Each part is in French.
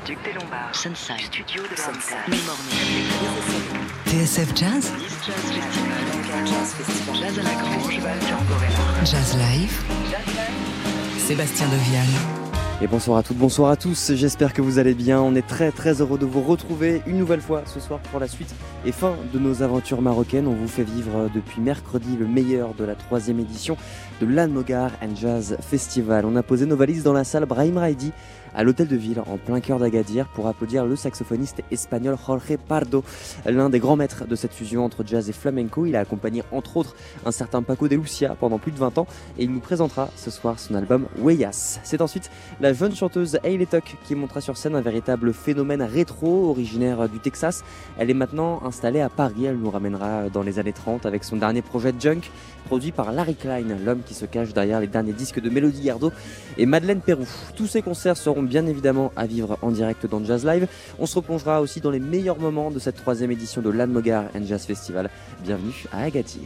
Duc des Lombards, Sunside, Studio de Sunside, TSF Jazz, Jazz Festival, Jazz à la Grange, Django Reinhardt, Jazz Live, Sébastien Deviane. Et bonsoir à toutes, bonsoir à tous, j'espère que vous allez bien. On est très heureux de vous retrouver une nouvelle fois ce soir pour la suite et fin de nos aventures marocaines. On vous fait vivre depuis mercredi le meilleur de la 3e édition de l'Almogar and Jazz Festival. On a posé nos valises dans la salle Brahim Raidi à l'hôtel de ville en plein cœur d'Agadir pour applaudir le saxophoniste espagnol Jorge Pardo, l'un des grands maîtres de cette fusion entre jazz et flamenco. Il a accompagné entre autres un certain Paco de Lucia pendant plus de 20 ans et il nous présentera ce soir son album Huellas. C'est ensuite la jeune chanteuse Hayley Tuck qui montera sur scène un véritable phénomène rétro originaire du Texas. Elle est maintenant installée à Paris, elle nous ramènera dans les années 30 avec son dernier projet Junk, produit par Larry Klein, l'homme qui se cache derrière les derniers disques de Mélodie Gardot et Madeleine Peyroux. Tous ces concerts seront bien évidemment à vivre en direct dans Jazz Live. On se replongera aussi dans les meilleurs moments de cette 3e édition de l'Almogar and Jazz Festival. Bienvenue à Agadir.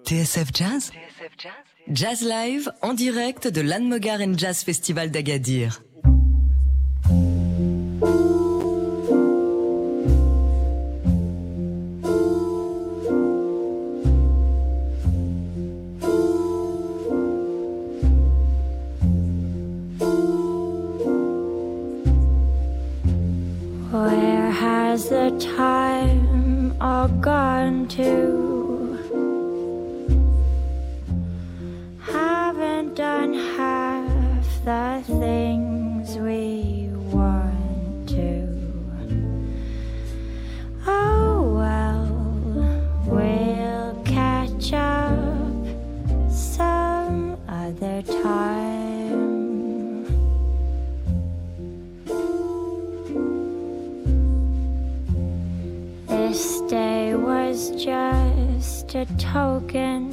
TSF Jazz? Jazz Live en direct de l'Anne-Mogar Jazz Festival d'Agadir. Where has the time all gone to? Haven't done half the things we want to. Oh well, we'll catch up some other time. This day was just a token.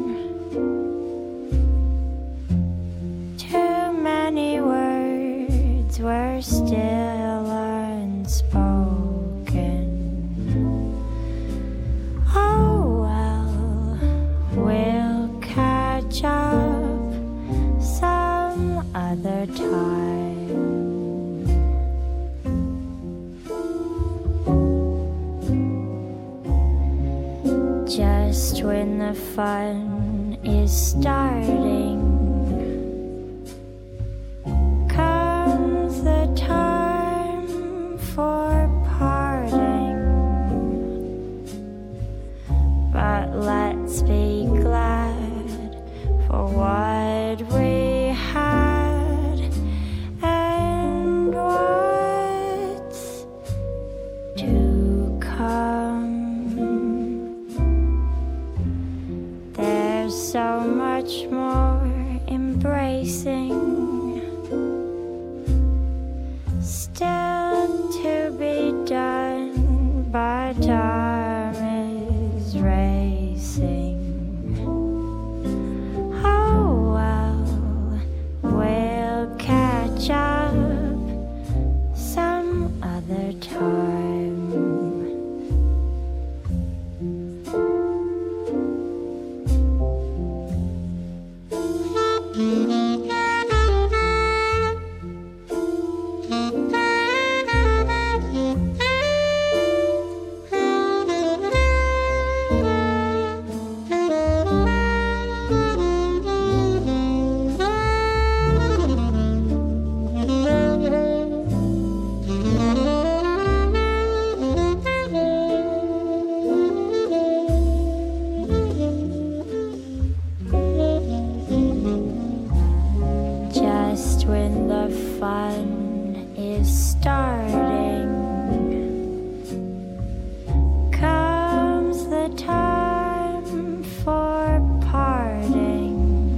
Too many words were still unspoken. Oh well, we'll catch up some other time. Just when the fun is starting, comes the time for parting. But let's be glad for what we had and what's to come. There's so much more embracing still to be done, but time is racing. Oh well, we'll catch up some other time. Just when the fun is starting, comes the time for parting.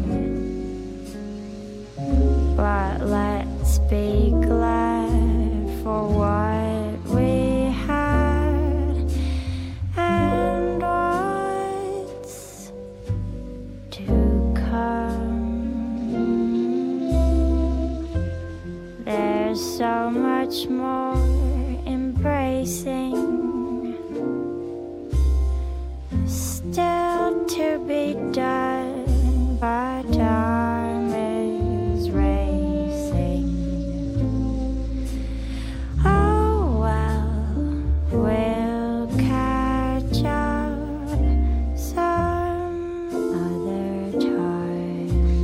But let's be glad for what we had and what's to come. There's so much more embracing still to be done, but time is racing. Oh well, we'll catch up some other time.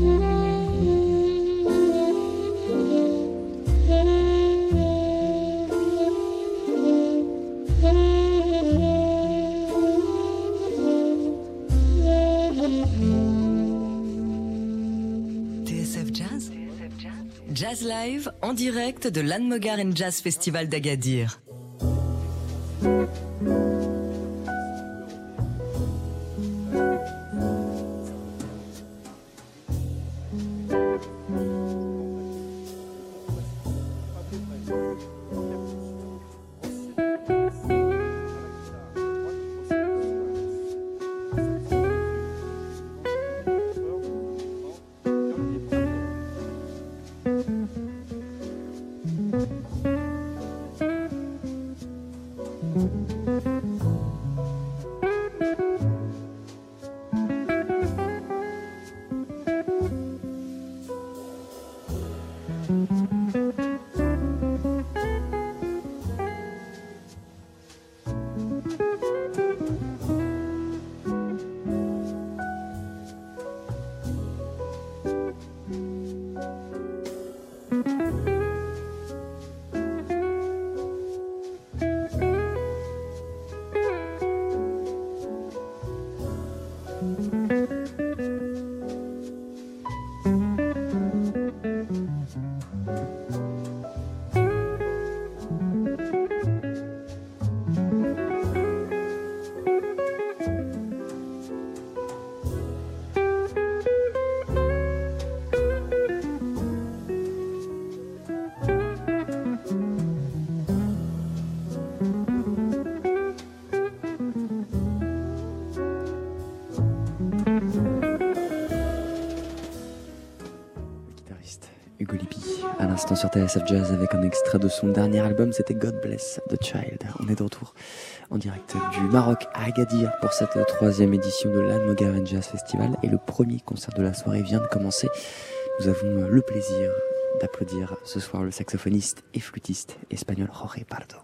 TSF Jazz? Jazz Live en direct de l'Anne-Mogar Jazz Festival d'Agadir. l'instant sur TSF Jazz avec un extrait de son dernier album, c'était God Bless the Child. On est de retour en direct du Maroc à Agadir pour cette 3e édition de l'Anne Mogar Jazz Festival et le premier concert de la soirée vient de commencer. Nous avons le plaisir d'applaudir ce soir le saxophoniste et flûtiste espagnol Jorge Pardo.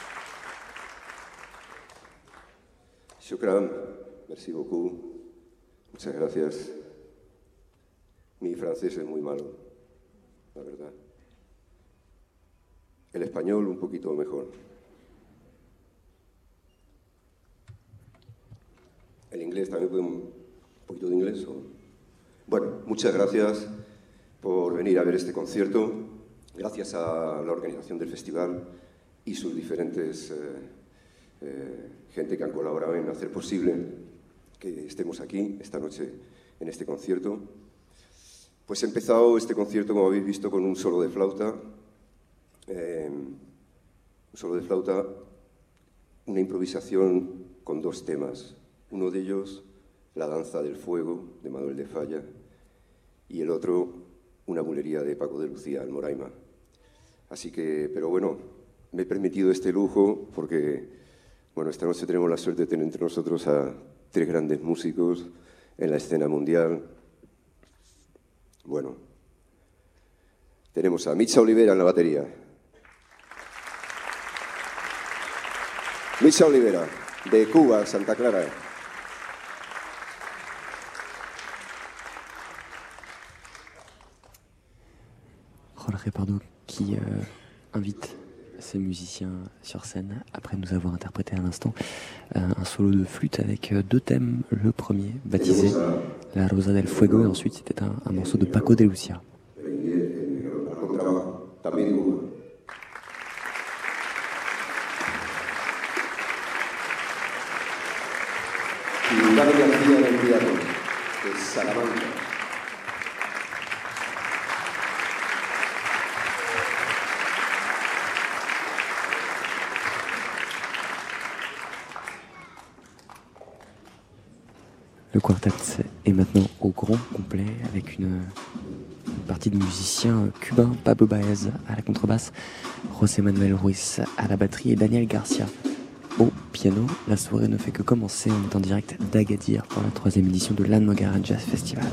Shukran, merci beaucoup. Muchas gracias. Mi francés es muy malo, la verdad. El español un poquito mejor. El inglés también puede un poquito de inglés. Bueno, muchas gracias por venir a ver este concierto. Gracias a la organización del festival y sus diferentes gente que han colaborado en hacer posible que estemos aquí esta noche en este concierto. Pues he empezado este concierto, como habéis visto, con un solo de flauta. Una improvisación con 2 temas. Uno de ellos, La danza del fuego, de Manuel de Falla, y el otro, una bulería de Paco de Lucía, el Moraima. Así que, pero bueno, me he permitido este lujo porque, bueno, esta noche tenemos la suerte de tener entre nosotros a 3 grandes músicos en la escena mundial. Bueno, tenemos a Mitja Olivera en la batería. Mitja Olivera, de Cuba, Santa Clara. Jorge Pardo qui invite ses musiciens sur scène après nous avoir interprété à l'instant un solo de flûte avec 2 thèmes. Le premier baptisé La Rosa del Fuego et ensuite c'était un morceau de Paco de Lucía. Le quartet est maintenant au grand complet avec une partie de musiciens cubains, Pablo Baez à la contrebasse, José Manuel Ruiz à la batterie et Daniel Garcia au piano. La soirée ne fait que commencer, on est en direct d'Agadir pour la 3e édition de l'Anne-Mogar Jazz Festival.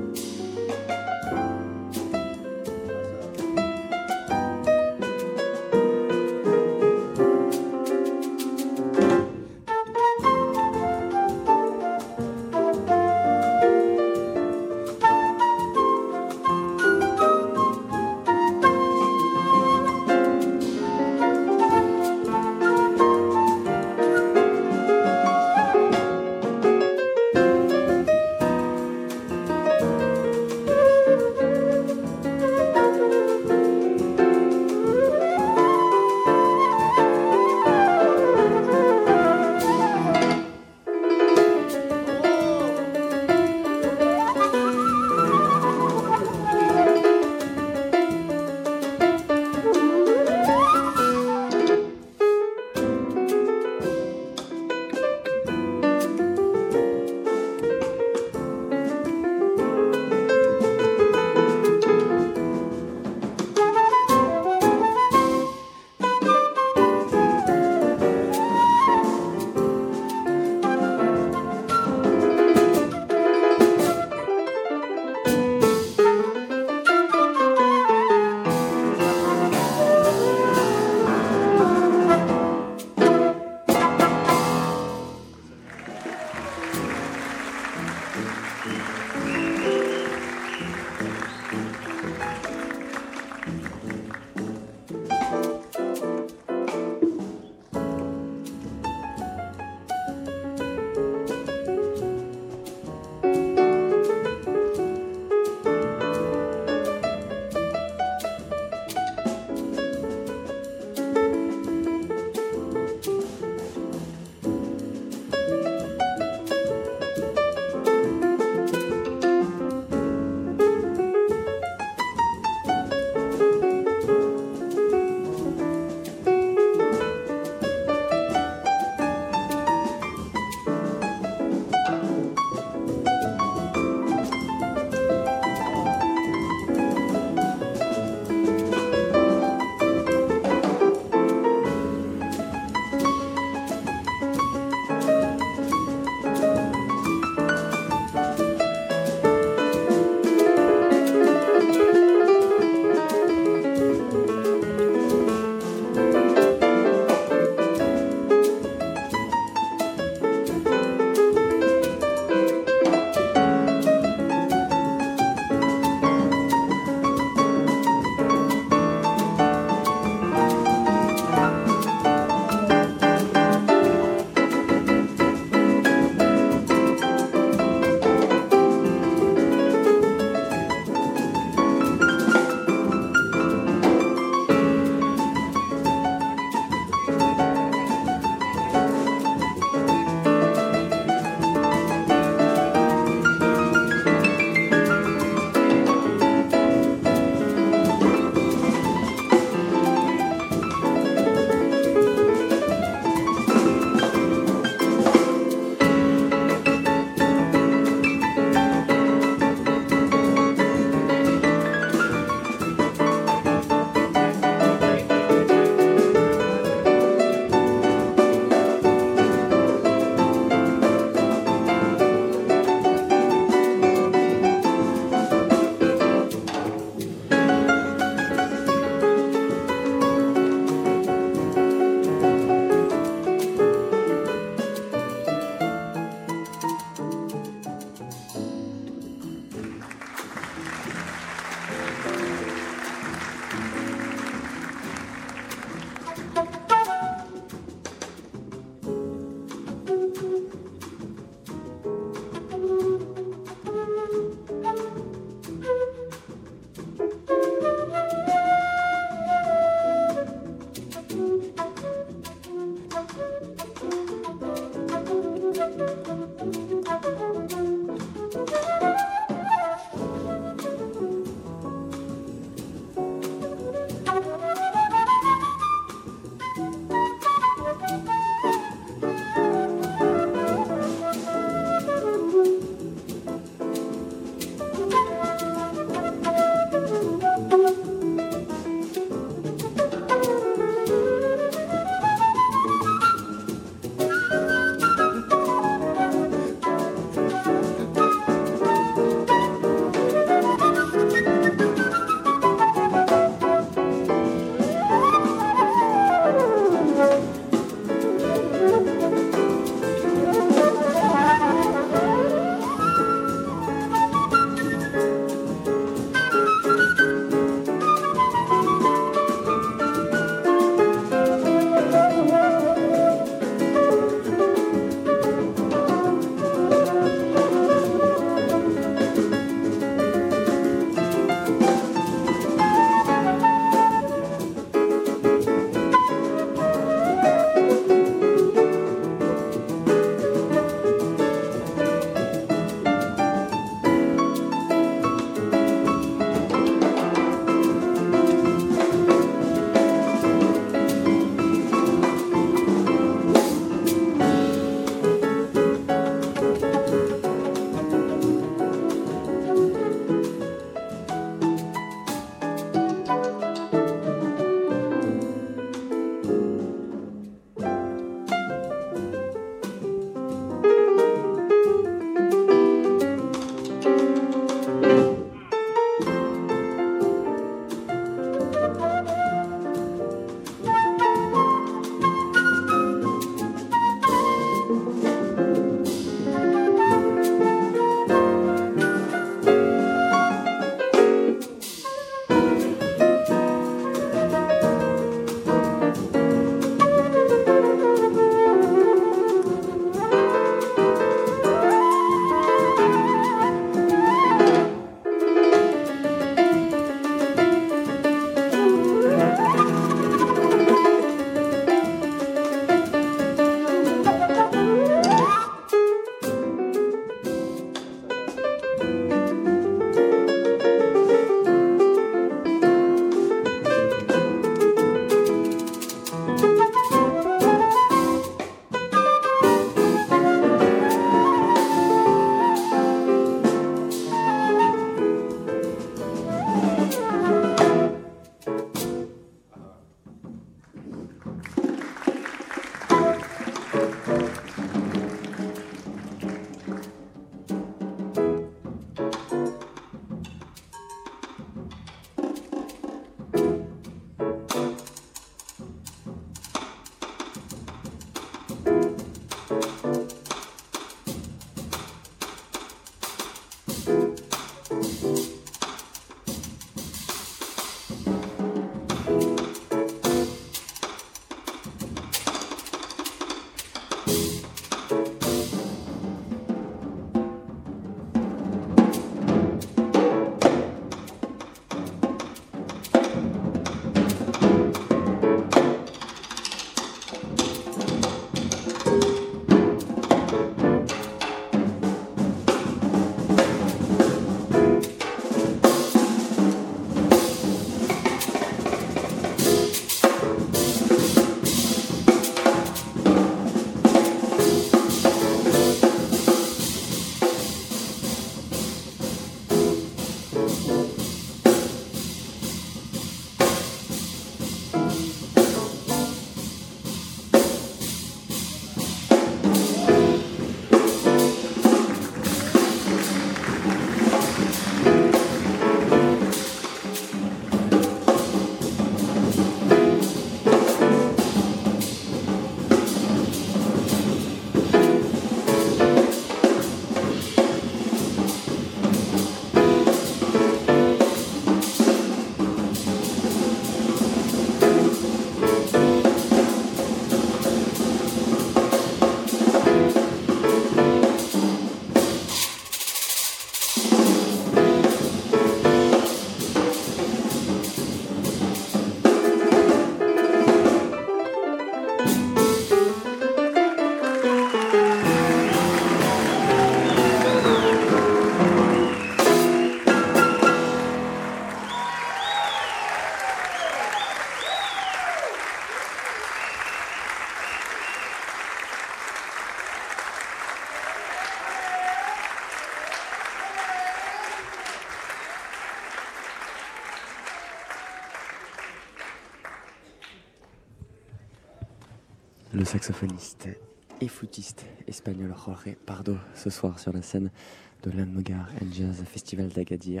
Le saxophoniste et flûtiste espagnol Jorge Pardo, ce soir sur la scène de l'Anmogar and Jazz Festival d'Agadir.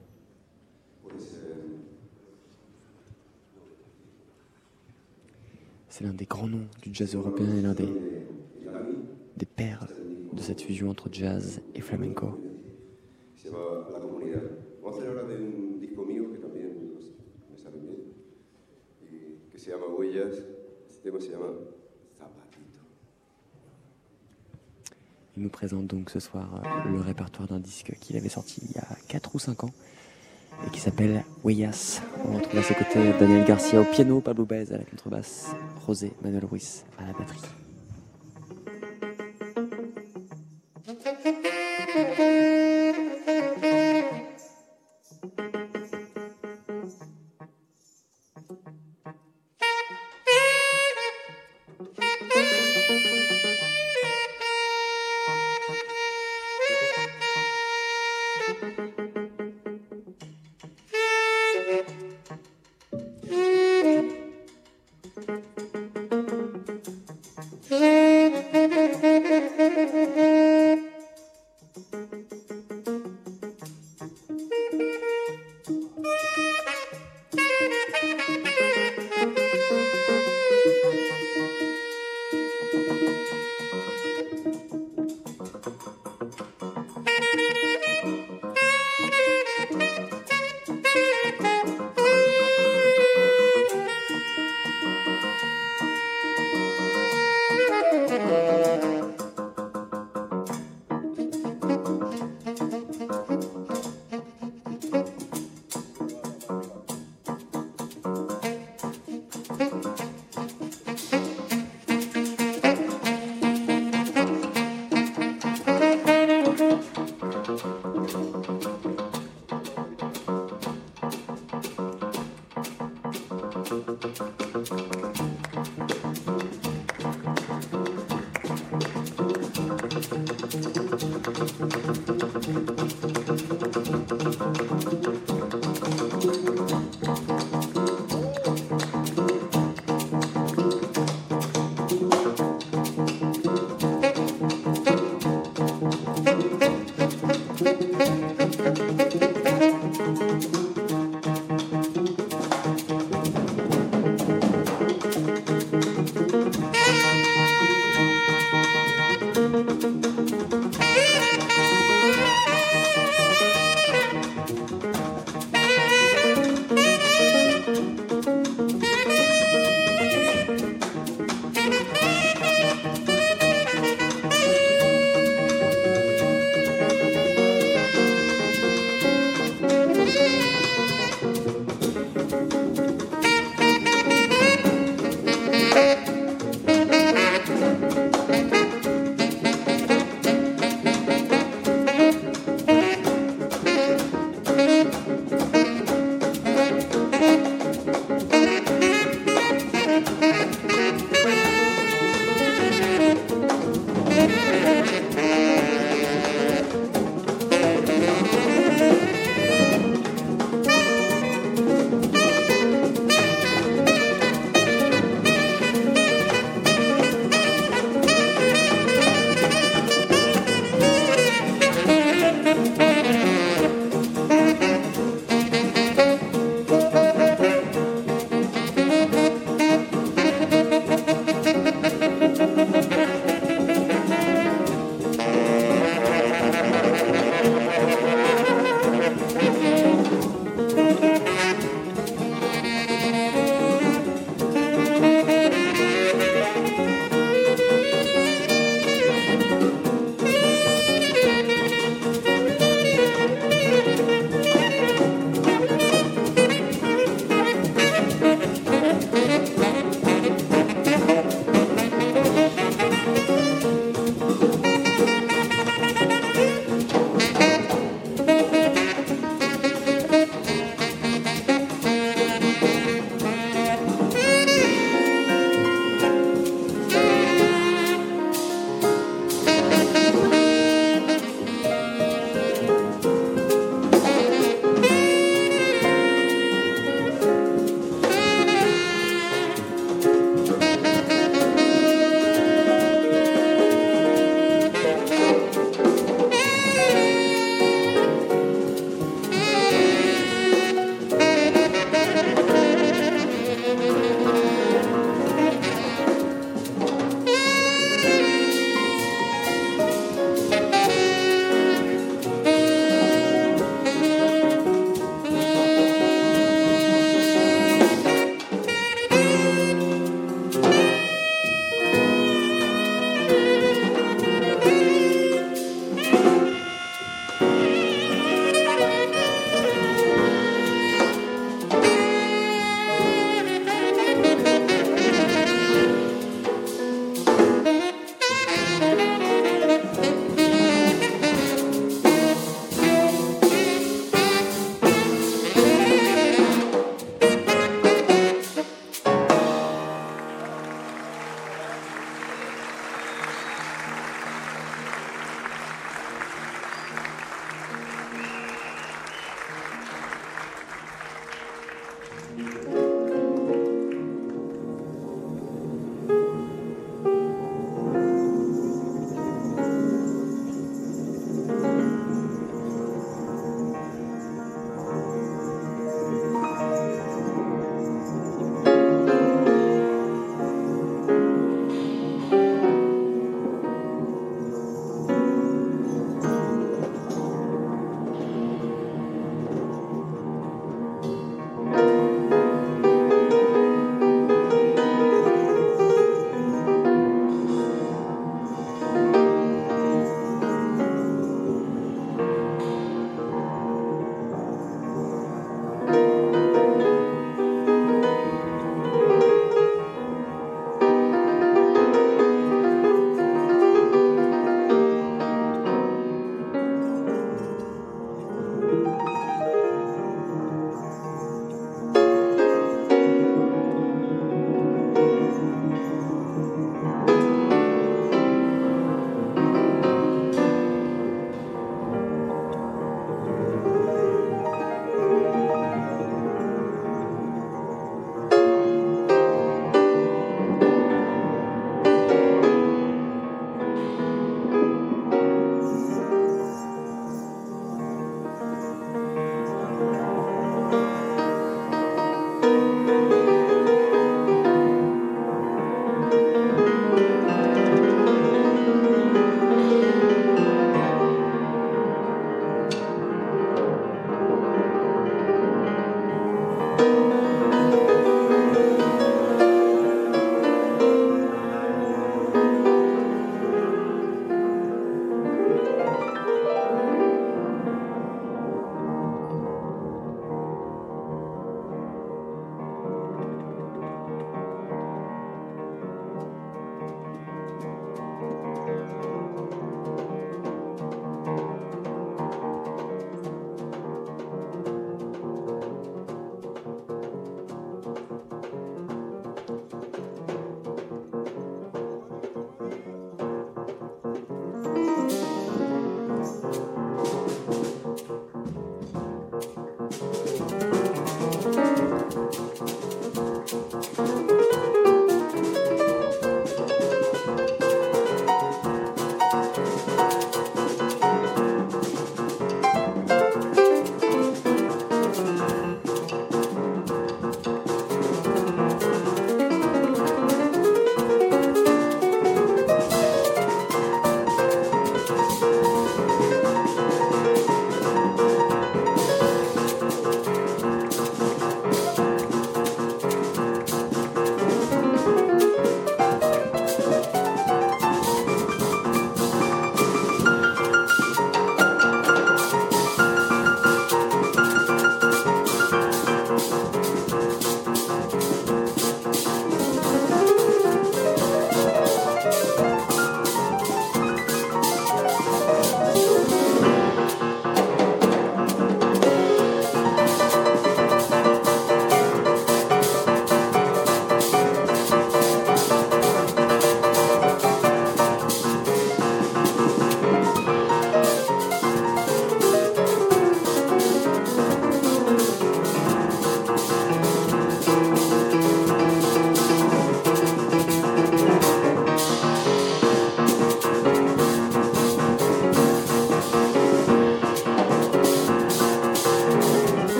C'est l'un des grands noms du jazz européen et l'un des pères de cette fusion entre jazz et flamenco. Il nous présente donc ce soir le répertoire d'un disque qu'il avait sorti il y a 4 ou 5 ans et qui s'appelle Huellas. On retrouve à ses côtés Daniel Garcia au piano, Pablo Baez à la contrebasse, José Manuel Ruiz à la batterie.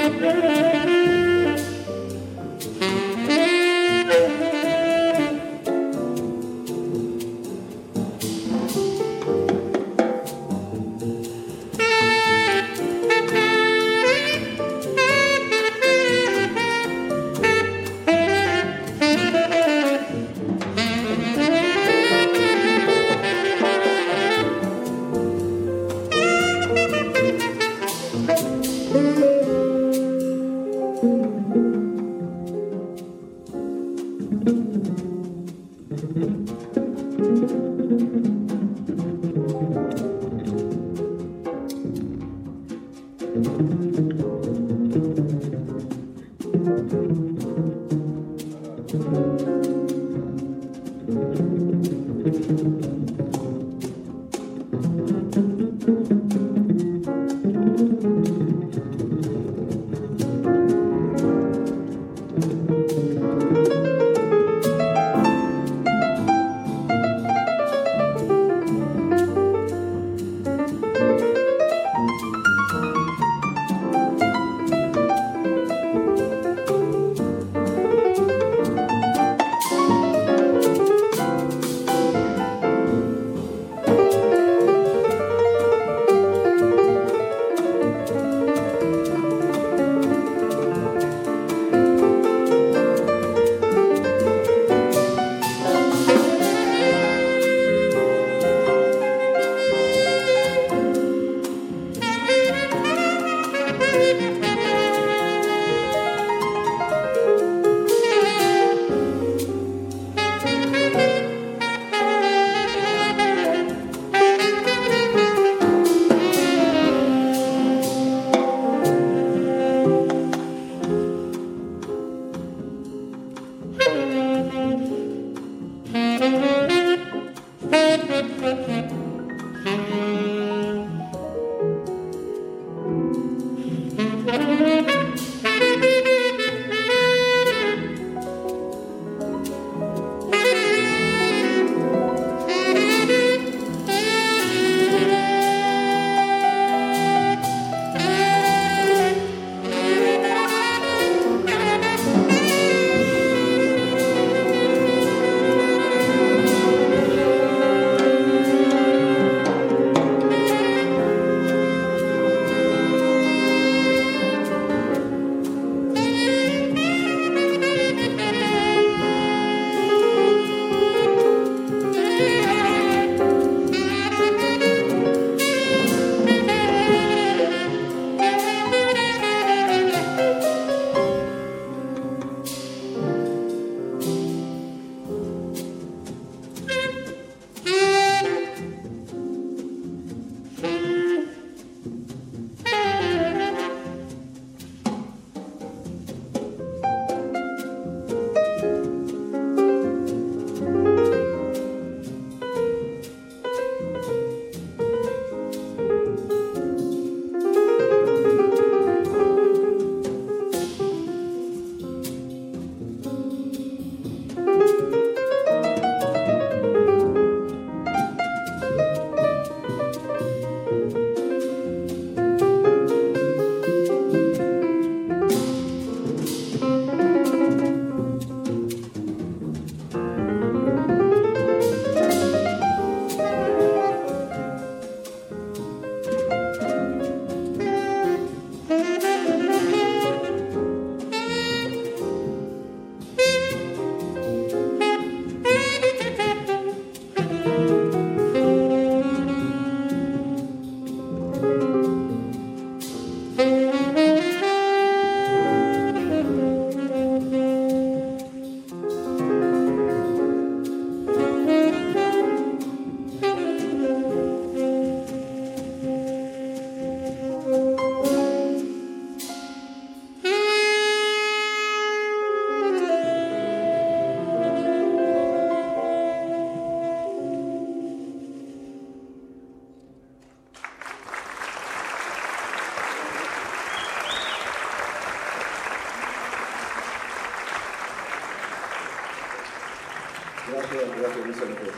Gracias, Luis Alberto.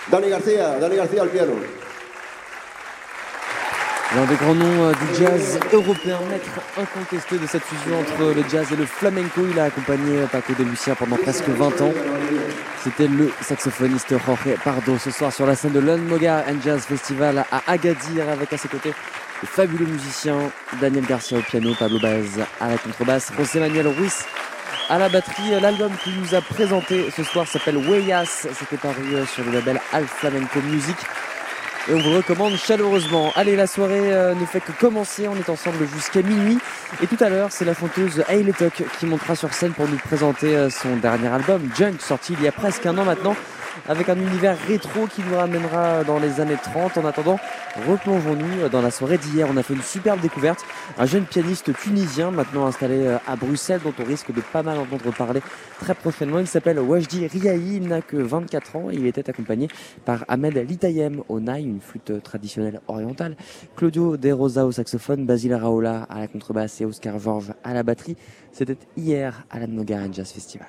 Dani García al piano. L'un des grands noms du jazz européen, maître incontesté de cette fusion entre le jazz et le flamenco. Il a accompagné Paco de Lucia pendant presque 20 ans. C'était le saxophoniste Jorge Pardo ce soir sur la scène de l'Unmogar and Jazz Festival à Agadir, avec à ses côtés de fabuleux musiciens, Daniel Garcia au piano, Pablo Baez à la contrebasse, José Manuel Ruiz à la batterie. L'album qu'il nous a présenté ce soir s'appelle Huellas. C'était paru sur le label Al Flamenco Music. Et on vous recommande chaleureusement. Allez, la soirée ne fait que commencer. On est ensemble jusqu'à minuit. Et tout à l'heure, c'est la chanteuse Hayley Tuck qui montera sur scène pour nous présenter son dernier album, Junk, sorti il y a presque un an maintenant, avec un univers rétro qui nous ramènera dans les années 30. En attendant, replongeons-nous dans la soirée d'hier. On a fait une superbe découverte. Un jeune pianiste tunisien, maintenant installé à Bruxelles, dont on risque de pas mal entendre parler très prochainement. Il s'appelle Wajdi Riahi, il n'a que 24 ans et il était accompagné par Ahmed Litayem au naï, une flûte traditionnelle orientale, Claudio De Rosa au saxophone, Basile Raola à la contrebasse et Oscar Georges à la batterie. C'était hier à l'Unmogar and Jazz Festival.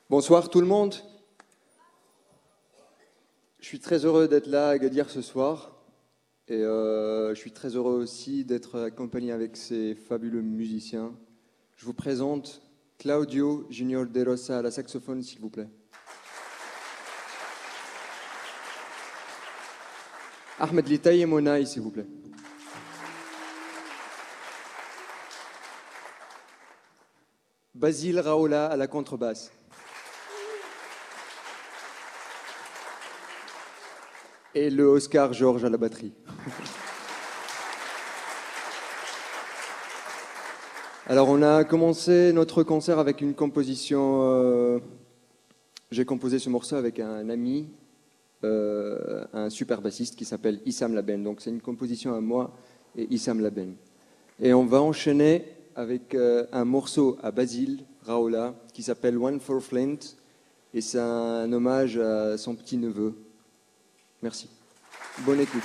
Bonsoir tout le monde. Je suis très heureux d'être là à Agadir ce soir. Et je suis très heureux aussi d'être accompagné avec ces fabuleux musiciens. Je vous présente Claudio Junior de Rosa à la saxophone, s'il vous plaît. Ahmed Litaï et Monaï, s'il vous plaît. Basile Raola à la contrebasse. Et le Oscar Georges à la batterie. Alors on a commencé notre concert avec une composition. J'ai composé ce morceau avec un ami, un super bassiste qui s'appelle Issam Laben. Donc c'est une composition à moi et Issam Laben. Et on va enchaîner avec un morceau à Basile Raola qui s'appelle One for Flint. Et c'est un hommage à son petit-neveu. Merci. Bonne écoute.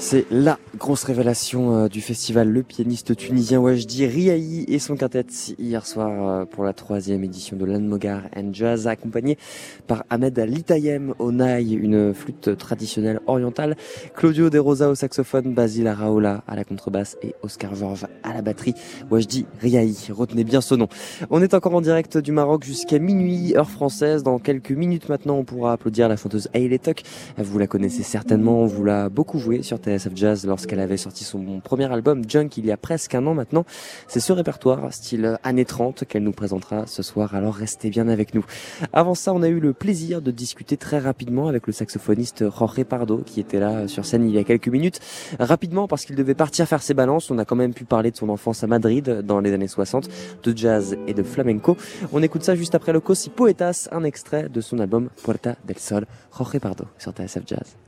C'est la grosse révélation du festival, le pianiste tunisien Wajdi Riahi et son quintet hier soir pour la 3e édition de l'Anmogar and Jazz, accompagné par Ahmed Litayem au naï, une flûte traditionnelle orientale, Claudio De Rosa au saxophone, Basile Araola à la contrebasse et Oscar Georges à la batterie. Wajdi Riahi, retenez bien ce nom. On est encore en direct du Maroc jusqu'à minuit, heure française. Dans quelques minutes maintenant, on pourra applaudir la chanteuse Hayley Tuck. Vous la connaissez certainement, on vous l'a beaucoup joué sur TSF Jazz lorsqu'elle avait sorti son premier album Junk il y a presque un an maintenant. C'est ce répertoire style années 30 qu'elle nous présentera ce soir, alors restez bien avec nous. Avant ça, on a eu le plaisir de discuter très rapidement avec le saxophoniste Jorge Pardo qui était là sur scène il y a quelques minutes. Rapidement parce qu'il devait partir faire ses balances, on a quand même pu parler de son enfance à Madrid dans les années 60, de jazz et de flamenco. On écoute ça juste après Locos y Poetas, un extrait de son album Puerta del Sol. Jorge Pardo sur TSF Jazz.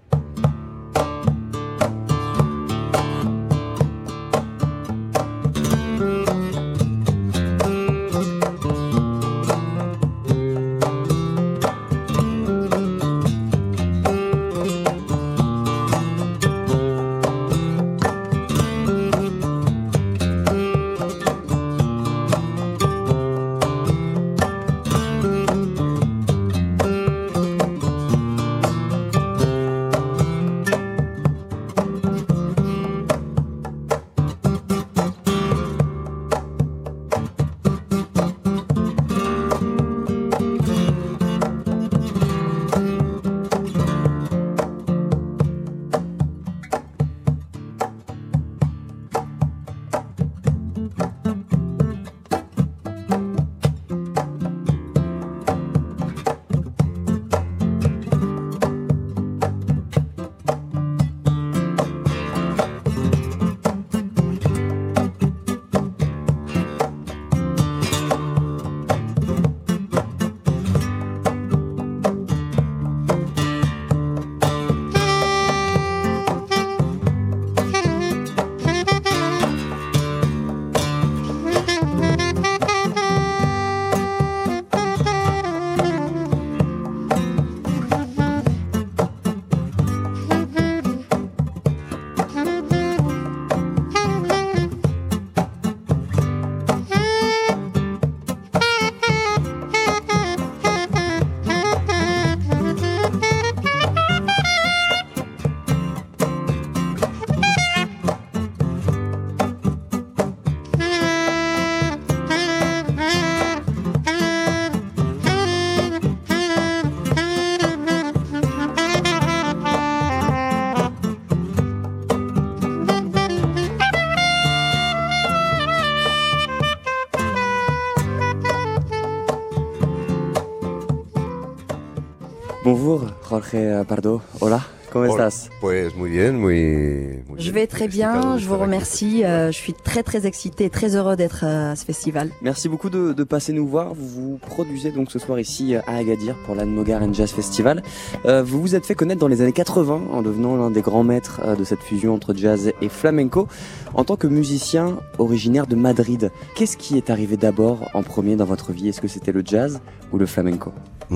Bonjour, Jorge Pardo. Hola, ¿cómo estás? Pues muy bien, muy Je vais très bien, je vous remercie. Je suis très excitée et très heureux d'être à ce festival. Merci beaucoup de passer nous voir. Vous vous produisez donc ce soir ici à Agadir pour l'Anmogar and Jazz Festival. Vous vous êtes fait connaître dans les années 80 en devenant l'un des grands maîtres de cette fusion entre jazz et flamenco. En tant que musicien originaire de Madrid, qu'est-ce qui est arrivé d'abord en premier dans votre vie? Est-ce que c'était le jazz ou le flamenco?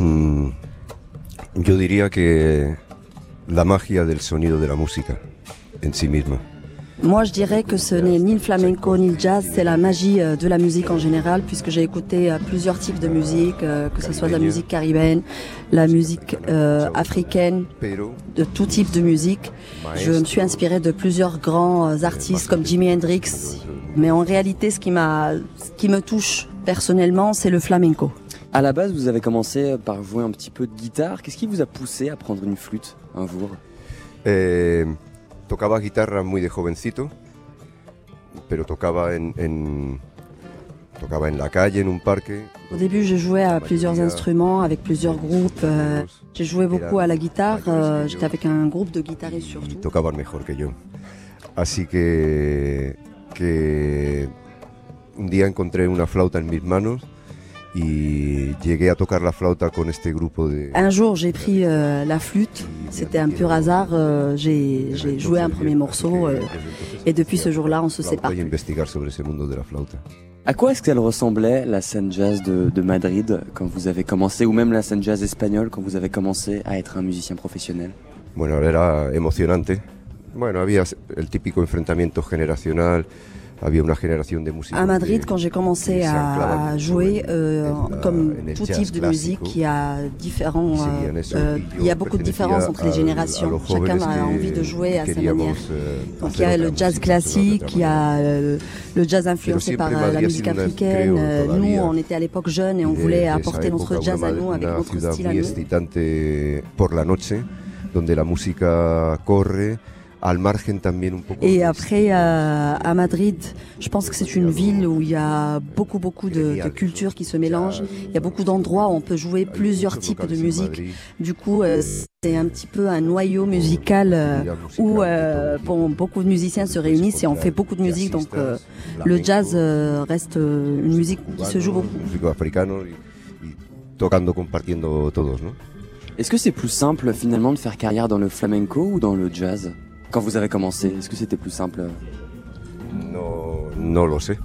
Yo diría que la magia del sonido de la música en sí misma. Moi, je dirais que ce n'est ni le flamenco ni le jazz, c'est la magie de la musique en général, puisque j'ai écouté plusieurs types de musique, que ce soit la musique caribéenne, la musique africaine, de tout type de musique. Je me suis inspiré de plusieurs grands artistes comme Jimi Hendrix, mais en réalité, ce qui me touche personnellement, c'est le flamenco. À la base, vous avez commencé par jouer un petit peu de guitare. Qu'est-ce qui vous a poussé à prendre une flûte un jour? Tocaba guitarra muy de jovencito, pero tocaba en la calle, en un parque. Au début, je jouais à plusieurs instruments avec plusieurs groupes. J'ai joué beaucoup à la guitare. J'étais avec un groupe de guitaristes surtout. Tocaban mejor que yo. Así que un día encontré una flauta en mis manos. Y llegué a tocar la flauta con este grupo de... Un jour, j'ai pris la flûte. C'était un pur hasard. J'ai joué un premier morceau et depuis ce jour-là, on se sépare. À quoi est-ce qu'elle ressemblait, la scène jazz de Madrid, quand vous avez commencé, ou même la scène jazz espagnole, quand vous avez commencé à être un musicien professionnel? Bueno, era emocionante. Bueno, había el típico enfrentamiento generacional. À Madrid, quand j'ai commencé à jouer, comme tout type de musique, il y a beaucoup de différences entre les générations. Chacun a envie de jouer à sa manière. Donc il y a le jazz classique, il y a le jazz influencé par la musique africaine. Nous, on était à l'époque jeunes et on voulait apporter notre jazz à nous avec notre style à nous. Por la noche, donde la música corre. Et après, à Madrid, je pense que c'est une ville où il y a beaucoup de cultures qui se mélangent. Il y a beaucoup d'endroits où on peut jouer plusieurs types de musique. Du coup, c'est un petit peu un noyau musical où beaucoup de musiciens se réunissent et on fait beaucoup de musique. Donc le jazz reste une musique qui se joue beaucoup. Est-ce que c'est plus simple finalement de faire carrière dans le flamenco ou dans le jazz ? Quand vous avez commencé, est-ce que c'était plus simple? No lo sé.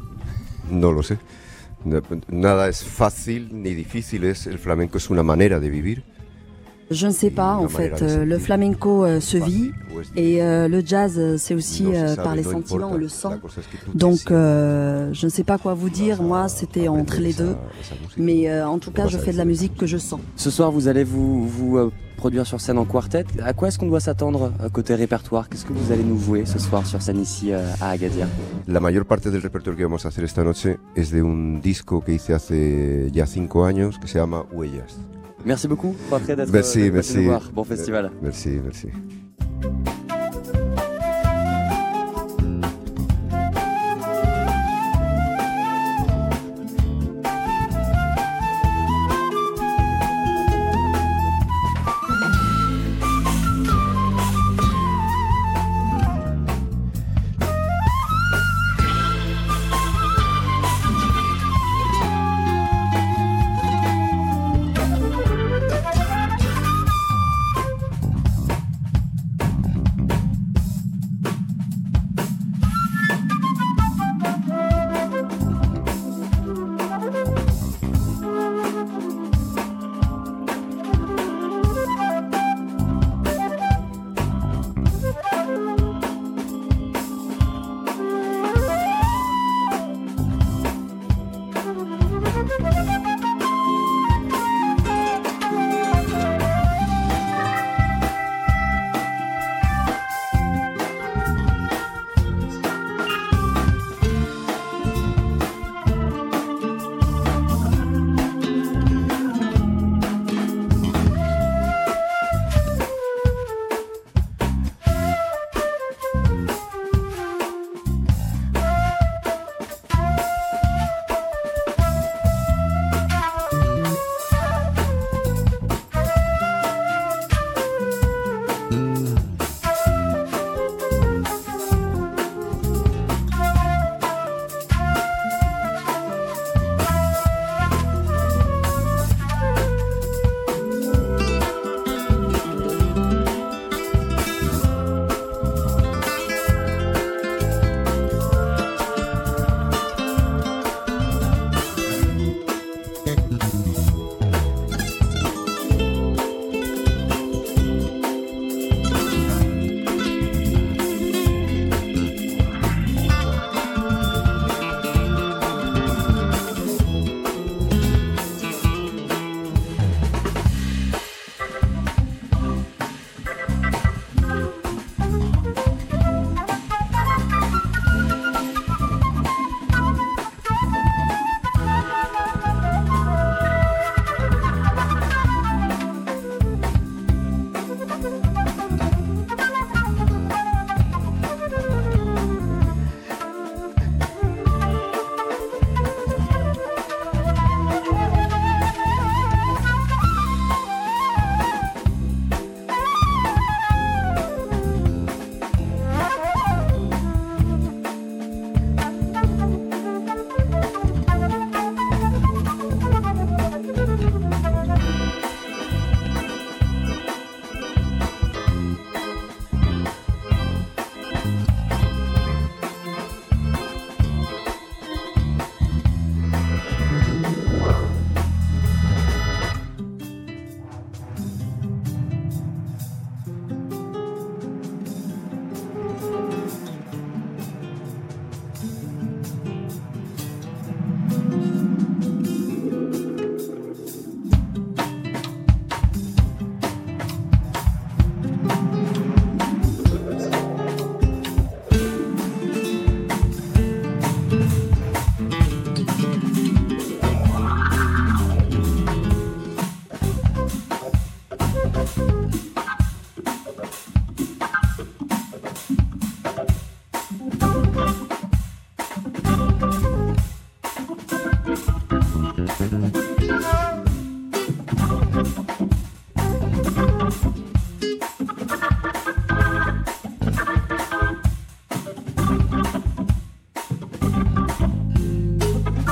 Nada es fácil ni difícil, el flamenco es una manera de vivir. Je ne sais pas, en fait. Le flamenco se vit et le jazz, c'est aussi par les sentiments, on le sent. Donc, je ne sais pas quoi vous dire. Moi, c'était entre les deux. Mais en tout cas, je fais de la musique que je sens. Ce soir, vous allez vous produire sur scène en quartet. À quoi est-ce qu'on doit s'attendre côté répertoire? Qu'est-ce que vous allez nous jouer ce soir sur scène ici à Agadir? La mayor parte del repertorio que vamos a hacer esta noche es de un disco que hice hace ya 5 años que se llama Huellas. Merci beaucoup, Jorge, d'être venu nous voir. Bon festival. Merci.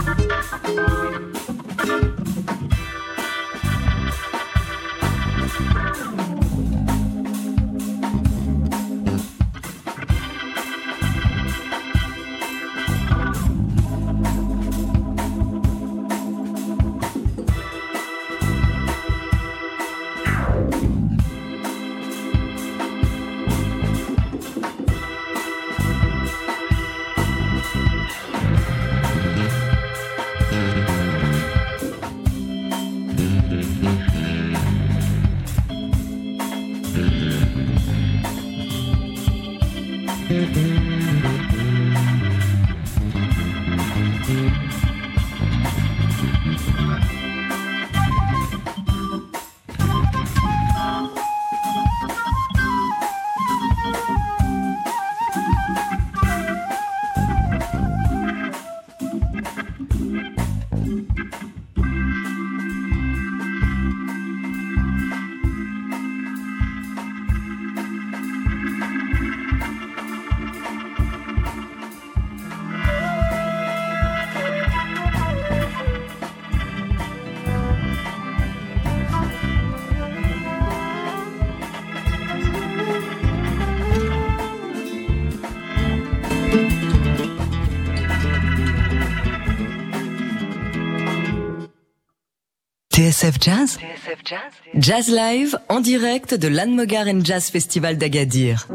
TSF Jazz, Jazz Live en direct de l'Anne-Mogar Jazz Festival d'Agadir.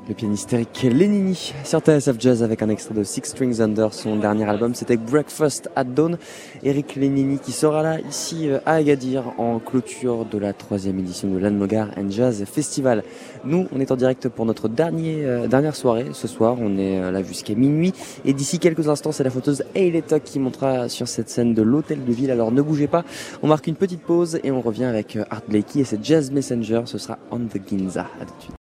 Le pianiste Eric Lenini sur TSF Jazz avec un extrait de Six Strings Under, son dernier album, c'était Breakfast at Dawn. Eric Lenini qui sera là ici à Agadir en clôture de la 3e édition de l'Anne-Mogar and Jazz Festival. Nous, on est en direct pour notre dernière soirée. Ce soir, on est là jusqu'à minuit et d'ici quelques instants, c'est la fauteuse Hayley Tuck qui montera sur cette scène de l'Hôtel de Ville. Alors ne bougez pas, on marque une petite pause et on revient avec Art Blakey et ses Jazz Messenger. Ce sera On the Ginza. À tout de suite.